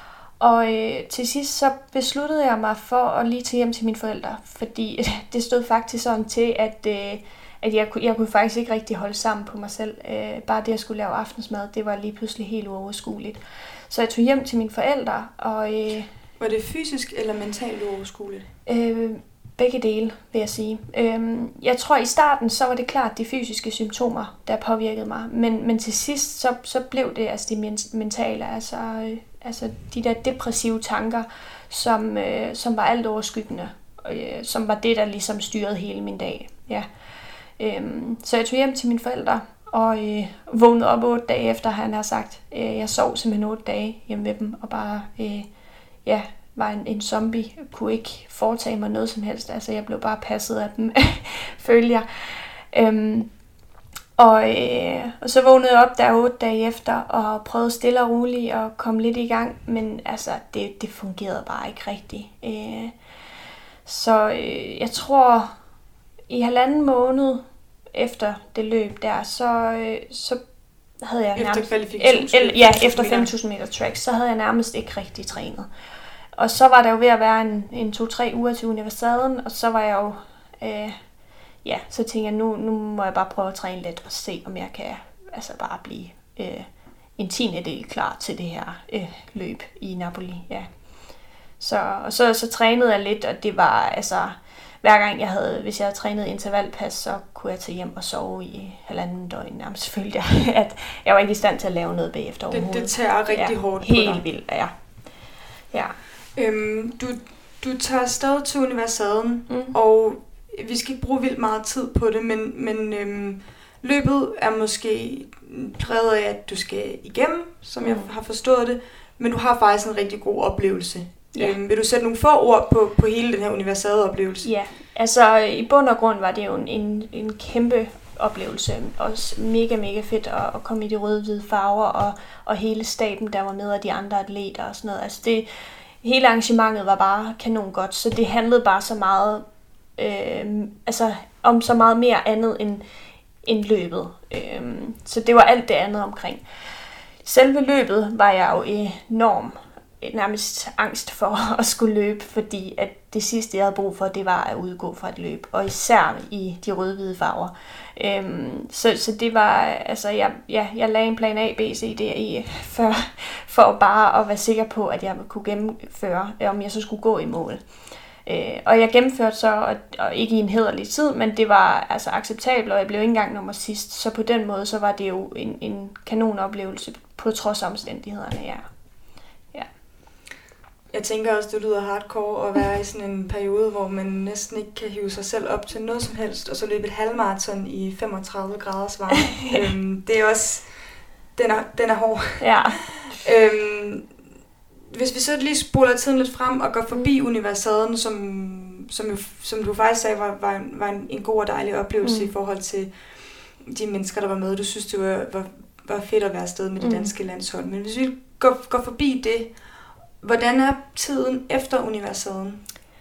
Og øh, til sidst så besluttede jeg mig for at lige tage hjem til mine forældre, fordi det stod faktisk sådan til, at, øh, at jeg, jeg kunne faktisk ikke rigtig holde sammen på mig selv. Øh, bare det at skulle lave aftensmad, det var lige pludselig helt uoverskueligt. Så jeg tog hjem til mine forældre. Og, øh, var det fysisk eller mentalt uoverskueligt? Øh, Begge dele, vil jeg sige. Øhm, jeg tror, i starten, så var det klart de fysiske symptomer, der påvirkede mig. Men, men til sidst, så, så blev det altså de mentale, altså, øh, altså de der depressive tanker, som, øh, som var alt overskyggende. Øh, som var det, der ligesom styrede hele min dag. Ja. Øhm, så jeg tog hjem til mine forældre, og øh, vågnede op otte dage efter, han har sagt. Øh, jeg sov simpelthen otte dage hjemme med dem, og bare, øh, ja... var en, en zombie, kunne ikke foretage mig noget som helst. Altså, jeg blev bare passet af dem, følte jeg. Øhm, og, øh, og så vågnede jeg op der otte dage efter, og prøvede stille og roligt at komme lidt i gang, men altså, det, det fungerede bare ikke rigtigt. Øh, så øh, jeg tror, i halvanden måned efter det løb der, så, øh, så havde jeg efter nærmest... Efter el, el, ja, efter fem tusind meter track, så havde jeg nærmest ikke rigtig trænet. Og så var der jo ved at være en, en to-tre uger til universiaden, og så var jeg jo, øh, ja, så tænkte jeg, nu, nu må jeg bare prøve at træne lidt og se, om jeg kan altså bare blive øh, en tiende del klar til det her øh, løb i Napoli, ja. Så, og så, så trænede jeg lidt, og det var, altså, hver gang jeg havde, hvis jeg havde trænet intervalpas, så kunne jeg tage hjem og sove i halvanden døgn. Nærmest følte jeg, at jeg var ikke i stand til at lave noget bagefter overhovedet. Det, det tager rigtig ja, hårdt på dig. Helt vildt, ja. ja. Øhm, du, du tager afsted til Universaden, mm. og vi skal ikke bruge vildt meget tid på det, men, men øhm, løbet er måske præget af, at du skal igennem, som mm. jeg har forstået det, men du har faktisk en rigtig god oplevelse. Ja. Øhm, vil du sætte nogle få ord på, på hele den her Universade-oplevelse? Ja, altså i bund og grund var det jo en, en, en kæmpe oplevelse. Også mega, mega fedt at, at komme i de røde-hvide farver, og, og hele staben, der var med, og de andre atleter og sådan noget. Altså det, hele arrangementet var bare kanon godt, så det handlede bare så meget, øh, altså om så meget mere andet end, end løbet. Øh, så det var alt det andet omkring. Selve løbet var jeg jo enormt nærmest angst for at skulle løbe, fordi at det sidste, jeg havde brug for, det var at udgå fra et løb, og især i de røde-hvide farver. Øhm, så, så det var, altså, jeg, ja, jeg lagde en plan A, B, C, D, E, for, for bare at være sikker på, at jeg kunne gennemføre, om jeg så skulle gå i mål. Øh, og jeg gennemførte så, og, og ikke i en hæderlig tid, men det var altså acceptabelt, og jeg blev ikke engang nummer sidst, så på den måde, så var det jo en, en kanonoplevelse på trods af omstændighederne, ja. Jeg tænker også, det lyder hardcore at være i sådan en periode, hvor man næsten ikke kan hive sig selv op til noget som helst, og så løbe et halvmarathon i femogtredive graders varme. øhm, det er også, den er, den er hård. Ja. øhm, hvis vi så lige spoler tiden lidt frem og går forbi mm. Universaden, som, som, jo, som du faktisk sagde, var, var, var en, en god og dejlig oplevelse mm. i forhold til de mennesker, der var med. Du synes, det var, var, var fedt at være afsted med det danske mm. landshold. Men hvis vi går, går forbi det, hvordan er tiden efter Universaden?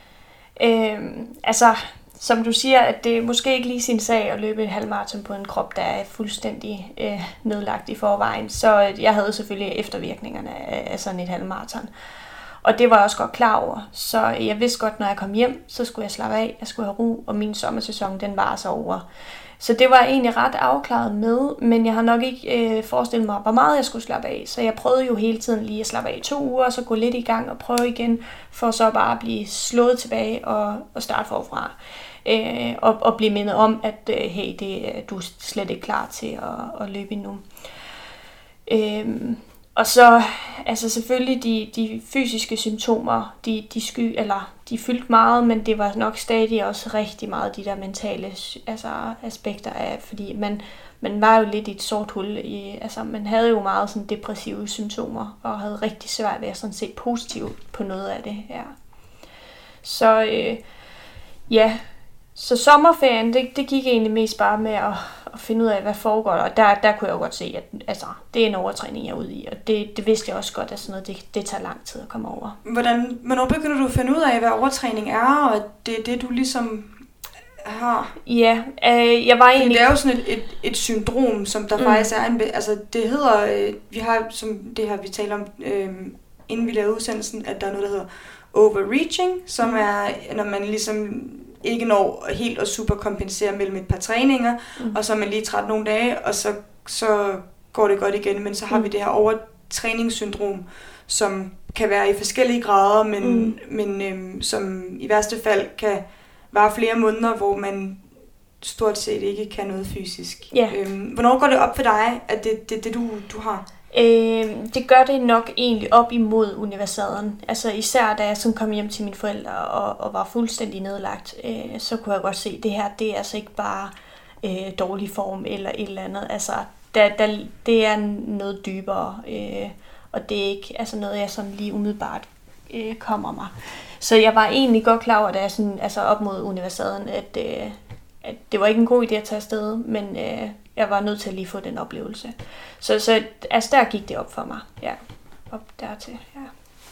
Øhm, altså, som du siger, at det er måske ikke lige sin sag at løbe et halvmarathon på en krop, der er fuldstændig øh, nedlagt i forvejen. Så jeg havde selvfølgelig eftervirkningerne af, af sådan et halvmarathon. Og det var jeg også godt klar over. Så jeg vidste godt, når jeg kom hjem, så skulle jeg slappe af, jeg skulle have ro, og min sommersæson, den var så over. Så det var jeg egentlig ret afklaret med, men jeg har nok ikke øh, forestillet mig, hvor meget jeg skulle slappe af. Så jeg prøvede jo hele tiden lige at slappe af i to uger, og så gå lidt i gang og prøve igen, for så bare at blive slået tilbage og, og starte forfra. Øh, og, og blive mindet om, at øh, hey, det, du er slet ikke klar til at, at løbe endnu. Øh, og så, altså selvfølgelig de, de fysiske symptomer, de, de sky, eller de fyldte meget, men det var nok stadig også rigtig meget de der mentale altså, aspekter af, fordi man, man var jo lidt i et sort hul, i, altså man havde jo meget sådan depressive symptomer, og havde rigtig svært ved at sådan se positivt på noget af det her. Så øh, ja, så sommerferien, det, det gik egentlig mest bare med at, at finde ud af, hvad foregår der. Og der, der kunne jeg jo godt se, at altså, det er en overtræning, jeg er ude i. Og det, det vidste jeg også godt, at sådan noget, det, det tager lang tid at komme over. Hvordan, hvornår begynder du at finde ud af, hvad overtræning er, og at det er det, du ligesom har? Ja, øh, jeg var egentlig... Det er jo sådan et, et, et syndrom, som der mm. faktisk er en... Altså, det hedder... Øh, vi har, som det her, vi taler om, øh, inden vi lavede udsendelsen, at der er noget, der hedder overreaching, som mm. er, når man ligesom... ikke når helt at superkompensere mellem et par træninger, mm. og så er man lige træt nogle dage, og så, så går det godt igen. Men så har mm. vi det her overtræningssyndrom, som kan være i forskellige grader, men, mm. men øhm, som i værste fald kan vare flere måneder, hvor man stort set ikke kan noget fysisk. Yeah. Øhm, hvornår går det op for dig, at det er det, det, du, du har? Øh, det gør det nok egentlig op imod Universaden. Altså især da jeg sådan kom hjem til mine forældre og, og var fuldstændig nedlagt, øh, så kunne jeg godt se, at det her, det er altså ikke bare øh, dårlig form eller et eller andet. Altså der, der, det er noget dybere, øh, og det er ikke altså noget, jeg sådan lige umiddelbart øh, kommer mig. Så jeg var egentlig godt klar over, da jeg sådan, altså op mod Universaden, at, øh, at det var ikke en god idé at tage afsted, men øh, jeg var nødt til at lige få den oplevelse. Så, så altså der gik det op for mig, ja, op dertil, ja.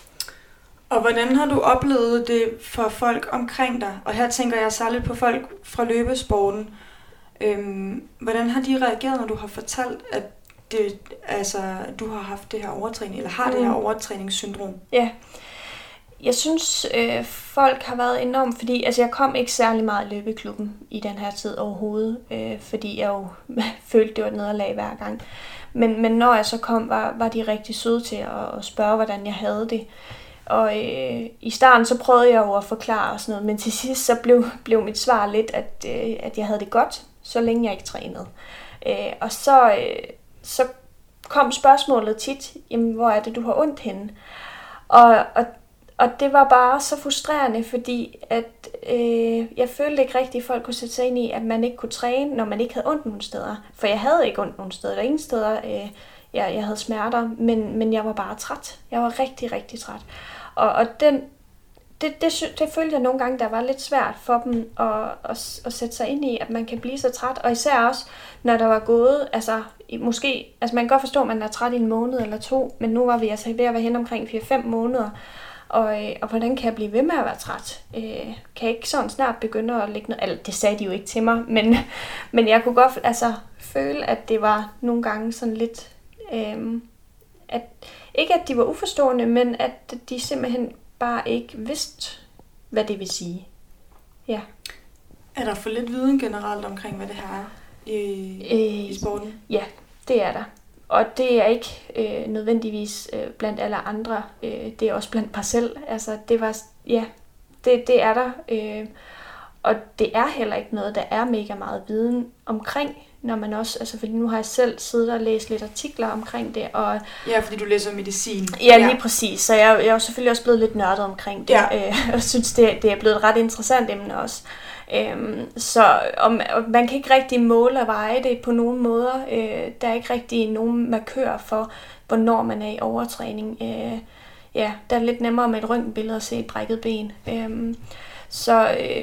Og hvordan har du oplevet det for folk omkring dig? Og her tænker jeg særligt på folk fra løbesporten. Øhm, hvordan har de reageret, når du har fortalt, at det, altså, du har haft det her overtræning, eller har mm. det her overtræningssyndrom? Ja, jeg synes, øh, folk har været enormt, fordi altså, jeg kom ikke særlig meget i løbeklubben i den her tid overhovedet, øh, fordi jeg jo følte, det var et nederlag hver gang. Men, men når jeg så kom, var, var de rigtig søde til at, at spørge, hvordan jeg havde det. Og øh, i starten så prøvede jeg jo at forklare og sådan noget, men til sidst så blev, blev mit svar lidt, at, øh, at jeg havde det godt, så længe jeg ikke trænede. Øh, og så, øh, så kom spørgsmålet tit, jamen hvor er det, du har ondt henne? Og, og, og det var bare så frustrerende, fordi at, øh, jeg følte ikke rigtigt, at folk kunne sætte sig ind i, at man ikke kunne træne, når man ikke havde ondt nogen steder. For jeg havde ikke ondt nogen steder. Der er ingen steder, øh, jeg, jeg havde smerter, men, men jeg var bare træt. Jeg var rigtig, rigtig træt. Og, og den, det, det, det følte jeg nogle gange, der var lidt svært for dem at, at, at sætte sig ind i, at man kan blive så træt. Og især også, når der var gået, altså måske, altså man kan godt forstå, at man er træt i en måned eller to, men nu var vi altså ved at være hen omkring fire fem måneder. Og, og hvordan kan jeg blive ved med at være træt? Øh, kan jeg ikke sådan snart begynde at lægge noget? Altså, det sagde de jo ikke til mig, men, men jeg kunne godt altså, føle, at det var nogle gange sådan lidt... Øh, at, ikke at de var uforstående, men at de simpelthen bare ikke vidste, hvad det vil sige. Ja. Er der for lidt viden generelt omkring, hvad det her er i, øh, i sporten? Ja, det er der. Og det er ikke øh, nødvendigvis øh, blandt alle andre. Øh, det er også blandt mig selv. Altså, det var, ja, det, det er der. Øh, og det er heller ikke noget, der er mega meget viden omkring, når man også, altså fordi nu har jeg selv siddet og læst lidt artikler omkring det. Og, ja, fordi du læser medicin. Ja, lige ja. præcis. Så jeg, jeg er jo selvfølgelig også blevet lidt nørdet omkring det. Ja. Øh, og synes, det, det er blevet et ret interessant emne også. Øhm, så om, man kan ikke rigtig måle og veje det på nogen måder. Øh, der er ikke rigtig nogen markør for, hvornår man er i overtræning. Øh, ja, der er lidt nemmere med et røntgenbillede at se et brækket ben. Øh, så, øh,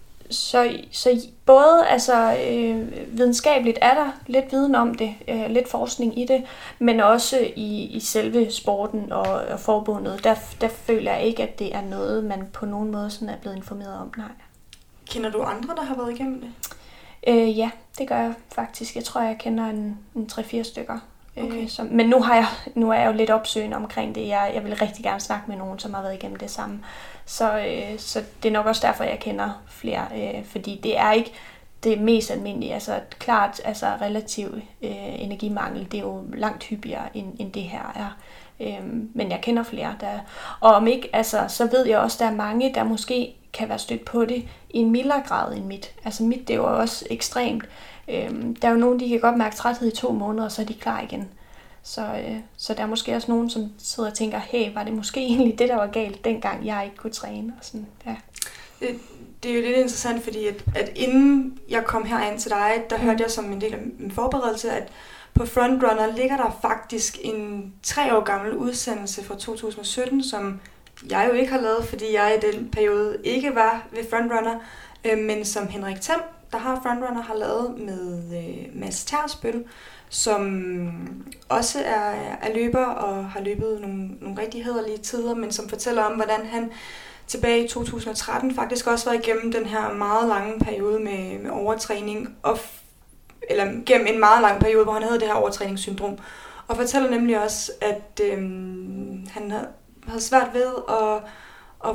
så, så både altså, øh, videnskabeligt er der lidt viden om det, øh, lidt forskning i det, men også i, i selve sporten og, og forbundet, der, der føler jeg ikke, at det er noget, man på nogen måde sådan er blevet informeret om. Nej. Kender du andre, der har været igennem det? Øh, ja, det gør jeg faktisk. Jeg tror, jeg kender en, en tre fire stykker. Okay. Øh, som, men nu, har jeg, nu er jeg jo lidt opsøgende omkring det. Jeg, jeg vil rigtig gerne snakke med nogen, som har været igennem det samme. Så, øh, så det er nok også derfor, jeg kender flere. Øh, fordi det er ikke det mest almindelige. Altså klart, altså relativ øh, energimangel, det er jo langt hyppigere, end, end det her er. Øhm, men jeg kender flere, der... Og om ikke, altså, så ved jeg også, der er mange, der måske kan være stødt på det i en mildere grad end mit. Altså mit, det er jo også ekstremt. Øhm, der er jo nogen, de kan godt mærke træthed i to måneder, og så er de klar igen. Så, øh, så der er måske også nogen, som sidder og tænker, hey, var det måske egentlig det, der var galt, dengang jeg ikke kunne træne? Og sådan, ja. Det, det er jo lidt interessant, fordi at, at inden jeg kom herind til dig, der hørte jeg som en del af min forberedelse, at på Frontrunner ligger der faktisk en tre år gammel udsendelse fra to tusind og sytten, som jeg jo ikke har lavet, fordi jeg i den periode ikke var ved Frontrunner, øh, men som Henrik Them, der har Frontrunner, har lavet med øh, Mads Tersbøl, som også er, er løber og har løbet nogle, nogle rigtig hæderlige tider, men som fortæller om, hvordan han tilbage i to tusind og tretten faktisk også var igennem den her meget lange periode med, med overtræning, og, eller gennem en meget lang periode, hvor han havde det her overtræningssyndrom. Og fortæller nemlig også, at øhm, han havde, havde svært ved at, at,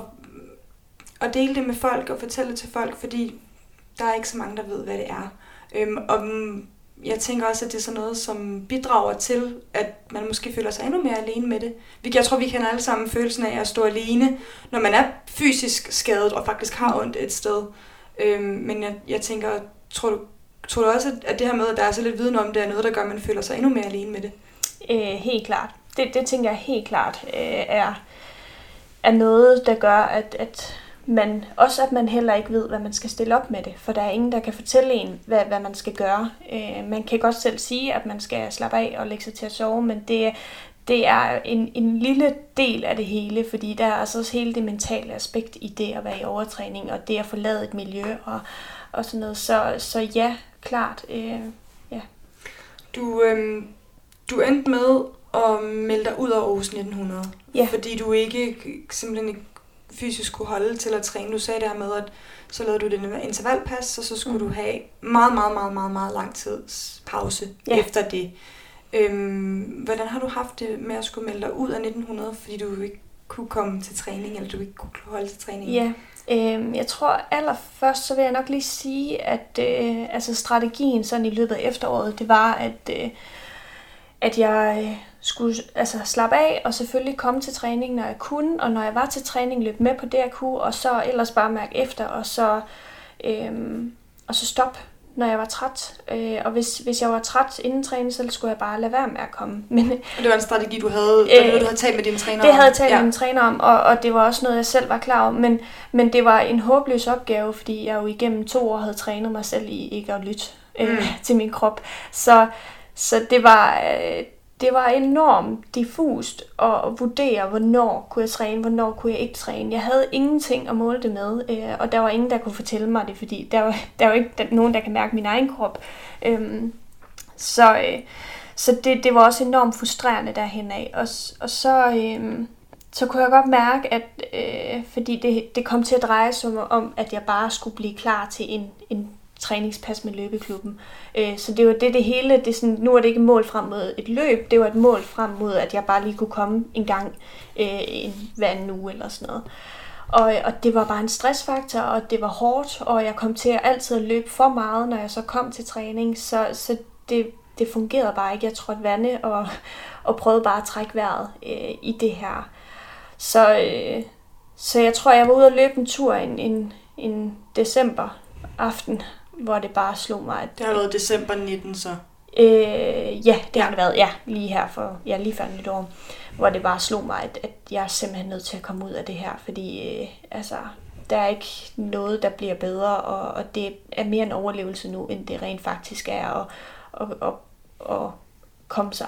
at dele det med folk og fortælle det til folk, fordi der er ikke så mange, der ved, hvad det er. Øhm, og jeg tænker også, at det er sådan noget, som bidrager til, at man måske føler sig endnu mere alene med det. Jeg tror, vi kender alle sammen følelsen af at stå alene, når man er fysisk skadet og faktisk har ondt et sted. Øhm, men jeg, jeg tænker, tror du, tror du også, at det her med, at der er så lidt viden om det, er noget, der gør, at man føler sig endnu mere alene med det? Øh, helt klart. Det, det tænker jeg helt klart øh, er, er noget, der gør, at, at man også at man heller ikke ved, hvad man skal stille op med det. For der er ingen, der kan fortælle en, hvad, hvad man skal gøre. Øh, man kan godt selv sige, at man skal slappe af og lægge sig til at sove, men det, det er en, en lille del af det hele, fordi der er altså også hele det mentale aspekt i det at være i overtræning, og det at forlade et miljø og, og sådan noget. Så, så ja, klart. Øh, ja. Du, øh, du endte med at melde dig ud af Aarhus nitten hundrede, ja. Fordi du ikke simpelthen ikke fysisk kunne holde til at træne. Du sagde det her med, at så lavede du det intervalpas, og så skulle mm. du have meget, meget, meget, meget, meget lang tids pause ja. efter det. Øhm, hvordan har du haft det med at skulle melde dig ud af nitten hundrede, fordi du ikke kunne komme til træning, eller du ikke kunne holde til træning? Ja, øh, jeg tror allerførst, så vil jeg nok lige sige, at øh, altså strategien sådan i løbet af efteråret, det var, at, øh, at jeg øh, skulle altså, slappe af og selvfølgelig komme til træning, når jeg kunne. Og når jeg var til træning, løb med på det, jeg kunne, og så ellers bare mærke efter, og så, øh, og så stoppe, når jeg var træt. Øh, og hvis, hvis jeg var træt inden træning, så skulle jeg bare lade være med at komme. Men, det var en strategi, du havde, øh, noget, du havde talt med dine træner om? Det havde jeg talt ja. med mine træner om, og, og det var også noget, jeg selv var klar om. Men, men det var en håbløs opgave, fordi jeg jo igennem to år havde trænet mig selv i ikke at lytte øh, mm. til min krop. Så, så det var... Øh, Det var enormt diffust at vurdere, hvornår kunne jeg træne, hvornår kunne jeg ikke træne. Jeg havde ingenting at måle det med, og der var ingen, der kunne fortælle mig det, fordi der var, der var ikke nogen, der kan mærke min egen krop. Så, så det, det var også enormt frustrerende derhen af. Og, og så, så kunne jeg godt mærke, at fordi det, det kom til at dreje sig om, at jeg bare skulle blive klar til en, en træningspas med løbeklubben. Så det var det, det hele, det sådan, nu er det ikke et mål frem mod et løb, det var et mål frem mod, at jeg bare lige kunne komme en gang øh, en, hver en uge eller sådan noget. Og, og det var bare en stressfaktor, og det var hårdt, og jeg kom til at altid løbe for meget, når jeg så kom til træning, så, så det, det fungerede bare ikke. Jeg trådte vande og, og prøvede bare at trække vejret øh, i det her. Så, øh, så jeg tror, jeg var ude og løbe en tur en, en, en december aften, hvor det bare slog mig, at... Det har været december nitten, så? Øh, ja, det har det været, ja, lige her for, ja, lige før nytår, hvor det bare slog mig, at, at jeg er simpelthen nødt til at komme ud af det her, fordi, øh, altså, der er ikke noget, der bliver bedre, og, og det er mere en overlevelse nu, end det rent faktisk er at, at, at, at komme sig.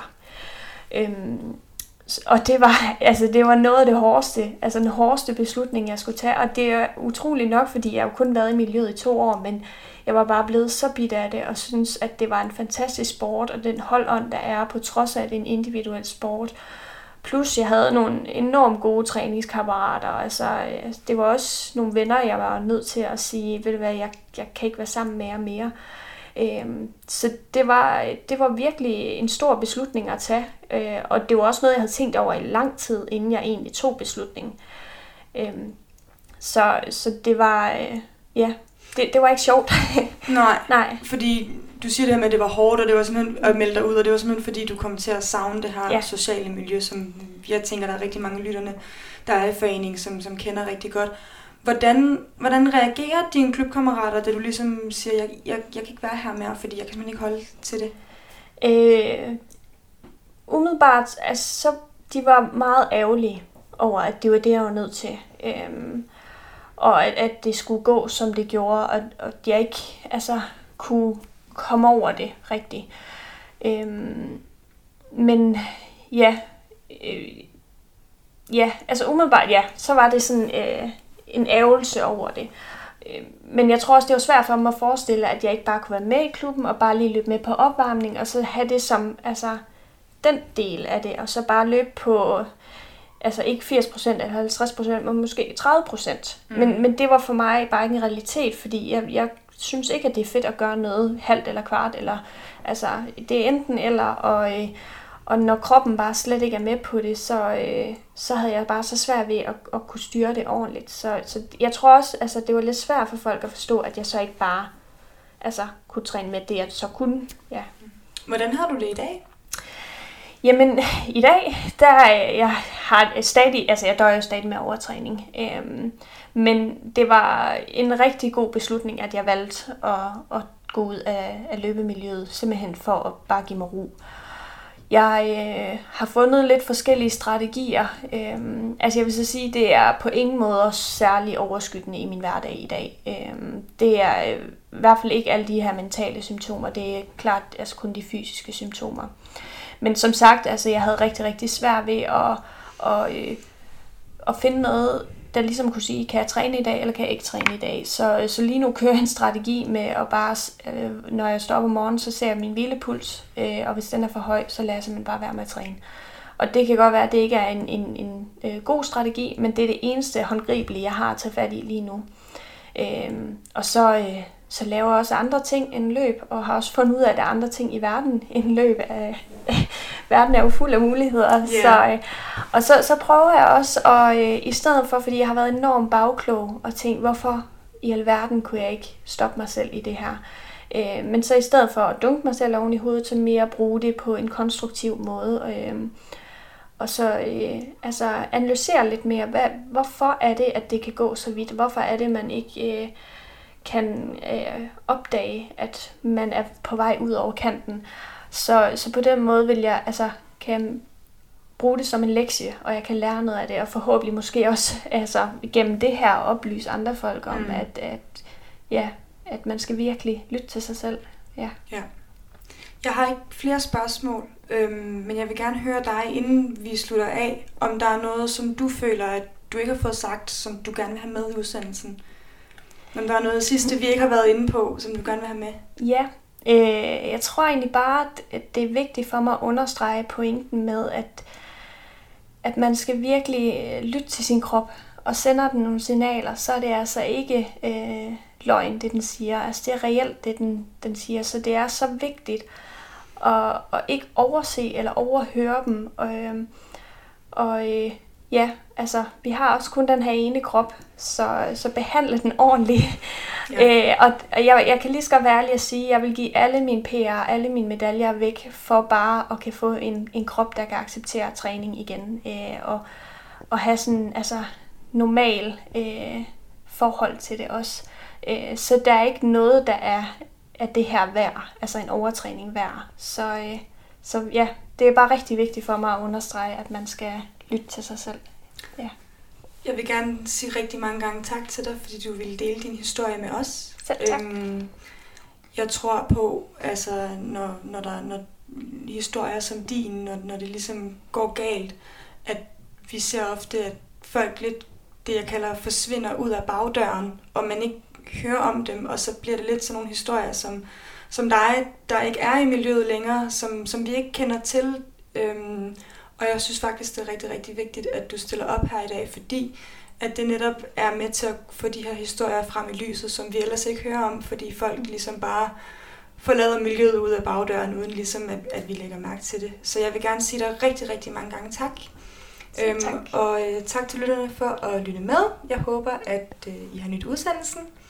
Øhm, og det var, altså, det var noget af det hårdeste, altså den hårdeste beslutning, jeg skulle tage, og det er utroligt nok, fordi jeg jo kun været i miljøet i to år, men jeg var bare blevet så bidt af det, og synes, at det var en fantastisk sport, og den holdånd, der er, på trods af, at det er en individuel sport. Plus, jeg havde nogle enormt gode træningskammerater, altså, det var også nogle venner, jeg var nødt til at sige, ved du hvad, jeg, jeg kan ikke være sammen med jer mere. Øhm, så det var, det var virkelig en stor beslutning at tage, øh, og det var også noget, jeg havde tænkt over i lang tid, inden jeg egentlig tog beslutningen. Øhm, så, så det var, øh, ja, det, det var ikke sjovt. Nej, Nej, fordi du siger det her med, at det var hårdt, og det var simpelthen at melde dig ud, og det var simpelthen fordi, du kom til at savne det her ja. sociale miljø, som jeg tænker, der er rigtig mange lytterne, der er i foreningen, som, som kender rigtig godt. Hvordan, hvordan reagerer dine klubkammerater, da du ligesom siger, jeg, jeg, jeg kan ikke være her mere, fordi jeg kan simpelthen ikke holde til det? Øh, umiddelbart, altså, så de var meget ærgerlige over, at det var det, jeg var nødt til. Øhm, og at, at det skulle gå, som det gjorde, og, og jeg ikke altså, kunne komme over det rigtigt. Øhm, men ja, øh, ja, altså umiddelbart, ja, så var det sådan... Øh, en ærgelse over det. Men jeg tror også, det var svært for mig at forestille, at jeg ikke bare kunne være med i klubben, og bare lige løbe med på opvarmning, og så have det som altså, den del af det, og så bare løbe på, altså ikke firs procent eller halvtreds procent, men måske tredive procent. Mm. Men, men det var for mig bare ikke en realitet, fordi jeg, jeg synes ikke, at det er fedt at gøre noget halvt eller kvart, eller altså, det er enten eller, og... Øh, Og når kroppen bare slet ikke er med på det, så, øh, så havde jeg bare så svært ved at, at kunne styre det ordentligt. Så, så jeg tror også, altså det var lidt svært for folk at forstå, at jeg så ikke bare altså, kunne træne med det, jeg så kunne. Ja. Hvordan har du det i dag? Jamen, i dag, der jeg har stadig, altså jeg døjer stadig med overtræning. Øhm, men det var en rigtig god beslutning, at jeg valgte at, at gå ud af, af løbemiljøet, simpelthen for at bare give mig ro. Jeg øh, har fundet lidt forskellige strategier. Øhm, altså jeg vil så sige, det er på ingen måde særlig overskyggende i min hverdag i dag. Øhm, det er øh, i hvert fald ikke alle de her mentale symptomer. Det er klart altså kun de fysiske symptomer. Men som sagt, altså jeg havde rigtig, rigtig svært ved at, at, øh, at finde noget, der ligesom kunne sige, kan jeg træne i dag, eller kan jeg ikke træne i dag. Så, så lige nu kører jeg en strategi med at bare, øh, når jeg står op om morgenen, så ser jeg min hvilepuls, øh, og hvis den er for høj, så lader jeg simpelthen bare være med at træne. Og det kan godt være, at det ikke er en, en, en øh, god strategi, men det er det eneste håndgribelige, jeg har at tage fat i lige nu. Øh, og så, øh, så laver jeg også andre ting end løb, og har også fundet ud af, at der er andre ting i verden end løb. Øh, verden er jo fuld af muligheder. Yeah. Så, øh, og så, så prøver jeg også, at, øh, i stedet for, fordi jeg har været enormt bagklog, og tænkt, hvorfor i alverden kunne jeg ikke stoppe mig selv i det her? Øh, men så i stedet for at dunke mig selv oven i hovedet, så mere bruge det på en konstruktiv måde. Øh, og så øh, altså analysere lidt mere, hvad, hvorfor er det, at det kan gå så vidt? Hvorfor er det, man ikke øh, kan øh, opdage, at man er på vej ud over kanten? Så, så på den måde vil jeg, altså, kan jeg bruge det som en lektie, og jeg kan lære noget af det, og forhåbentlig måske også altså, gennem det her oplyse andre folk om, mm. at, at, ja, at man skal virkelig lytte til sig selv. Ja. Ja. Jeg har ikke flere spørgsmål, øhm, men jeg vil gerne høre dig, inden vi slutter af, om der er noget, som du føler, at du ikke har fået sagt, som du gerne vil have med i udsendelsen. Om der er noget sidste, vi ikke har været inde på, som du gerne vil have med. Ja, øh, jeg tror egentlig bare, at det er vigtigt for mig at understrege pointen med, at, at man skal virkelig lytte til sin krop, og sender den nogle signaler, så er det altså ikke øh, løgn, det den siger. Altså det er reelt, det den, den siger. Så det er så vigtigt at, at ikke overse eller overhøre dem. Og, øh, og øh, ja, altså vi har også kun den her ene krop, så, så behandle den ordentligt. Ja. øh, og og jeg, jeg kan lige så godt være ærlig at sige, at jeg vil give alle mine P R, alle mine medaljer væk, for bare at kan få en, en krop, der kan acceptere træning igen. Øh, og, og have sådan, altså normal øh, forhold til det også. Øh, så der er ikke noget, der er, er det her værd, altså en overtræning værd. Så, øh, så ja, det er bare rigtig vigtigt for mig at understrege, at man skal lytte til sig selv. Ja. Jeg vil gerne sige rigtig mange gange tak til dig, fordi du ville dele din historie med os. Selv tak. Øhm, jeg tror på, altså når, når der når historier som din, når, når det ligesom går galt, at vi ser ofte, at folk lidt, det jeg kalder, forsvinder ud af bagdøren, og man ikke hører om dem, og så bliver det lidt sådan nogle historier, som, som dig, der ikke er i miljøet længere, som, som vi ikke kender til. Øhm, og jeg synes faktisk, det er rigtig, rigtig vigtigt, at du stiller op her i dag, fordi at det netop er med til at få de her historier frem i lyset, som vi ellers ikke hører om, fordi folk ligesom bare forlader miljøet ud af bagdøren, uden ligesom at, at vi lægger mærke til det. Så jeg vil gerne sige dig rigtig, rigtig mange gange tak. Øhm, tak. Og øh, tak til lytterne for at lytte med. Jeg håber, at øh, I har nyt udsendelsen.